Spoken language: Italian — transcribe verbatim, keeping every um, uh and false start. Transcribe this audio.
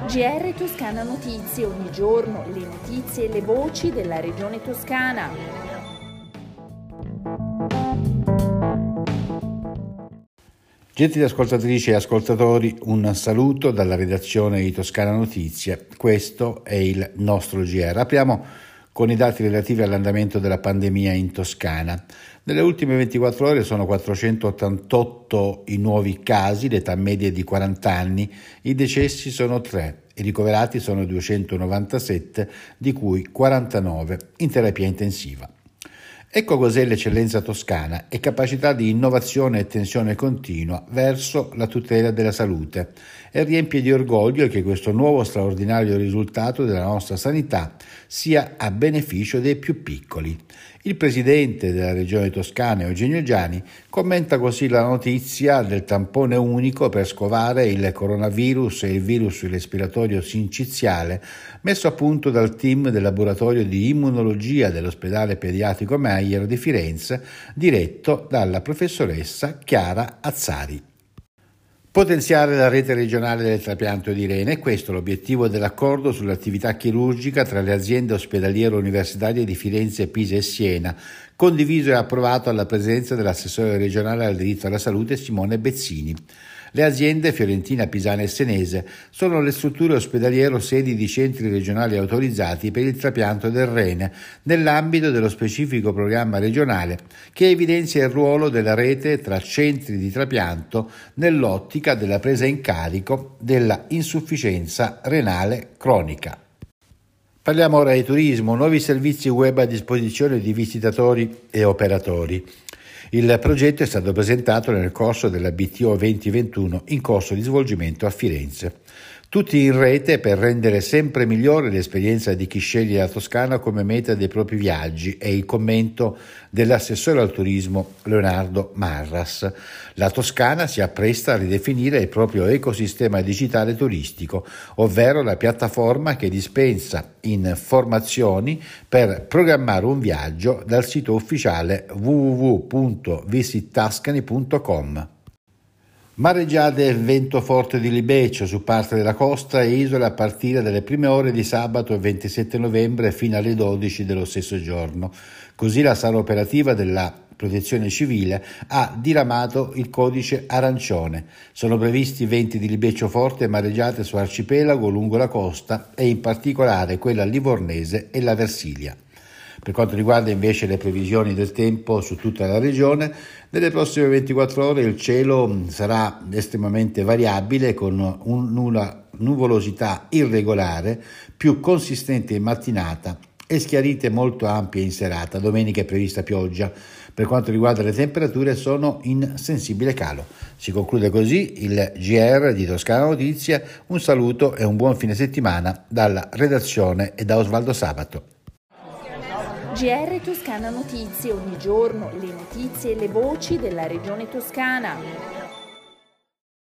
G R Toscana Notizie, ogni giorno le notizie e le voci della regione toscana. Gentili ascoltatrici e ascoltatori, un saluto dalla redazione di Toscana Notizie. Questo è il nostro G R. Apriamo con i dati relativi all'andamento della pandemia in Toscana. Nelle ultime ventiquattro ore sono quattrocentottantotto i nuovi casi, l'età media è di quaranta anni, i decessi sono tre, i ricoverati sono duecentonovantasette, di cui quarantanove in terapia intensiva. Ecco cos'è l'eccellenza toscana e capacità di innovazione e tensione continua verso la tutela della salute, e riempie di orgoglio che questo nuovo straordinario risultato della nostra sanità sia a beneficio dei più piccoli. Il presidente della regione toscana, Eugenio Giani, commenta così la notizia del tampone unico per scovare il coronavirus e il virus respiratorio sinciziale messo a punto dal team del laboratorio di immunologia dell'ospedale pediatrico Meyer di Firenze, diretto dalla professoressa Chiara Azzari. Potenziare la rete regionale del trapianto di rene è questo l'obiettivo dell'accordo sull'attività chirurgica tra le aziende ospedaliere universitarie di Firenze, Pisa e Siena, condiviso e approvato alla presenza dell'assessore regionale al diritto alla salute Simone Bezzini. Le aziende fiorentina, pisana e senese sono le strutture ospedaliere sedi di centri regionali autorizzati per il trapianto del rene nell'ambito dello specifico programma regionale che evidenzia il ruolo della rete tra centri di trapianto nell'ottica della presa in carico della insufficienza renale cronica. Parliamo ora di turismo, nuovi servizi web a disposizione di visitatori e operatori. Il progetto è stato presentato nel corso della B T O duemilaventuno in corso di svolgimento a Firenze. Tutti in rete per rendere sempre migliore l'esperienza di chi sceglie la Toscana come meta dei propri viaggi, è il commento dell'assessore al turismo Leonardo Marras. La Toscana si appresta a ridefinire il proprio ecosistema digitale turistico, ovvero la piattaforma che dispensa informazioni per programmare un viaggio dal sito ufficiale w w w punto visit tascani punto com. Mareggiate e vento forte di libeccio su parte della costa e isole a partire dalle prime ore di sabato ventisette novembre fino alle dodici dello stesso giorno. Così la sala operativa della Protezione Civile ha diramato il codice arancione. Sono previsti venti di libeccio forte e mareggiate su arcipelago lungo la costa e in particolare quella livornese e la Versilia. Per quanto riguarda invece le previsioni del tempo su tutta la regione, nelle prossime ventiquattro ore il cielo sarà estremamente variabile con una nuvolosità irregolare più consistente in mattinata e schiarite molto ampie in serata. Domenica è prevista pioggia. Per quanto riguarda le temperature sono in sensibile calo. Si conclude così il G R di Toscana Notizie. Un saluto e un buon fine settimana dalla redazione e da Osvaldo Sabato. G R Toscana Notizie, ogni giorno le notizie e le voci della regione toscana.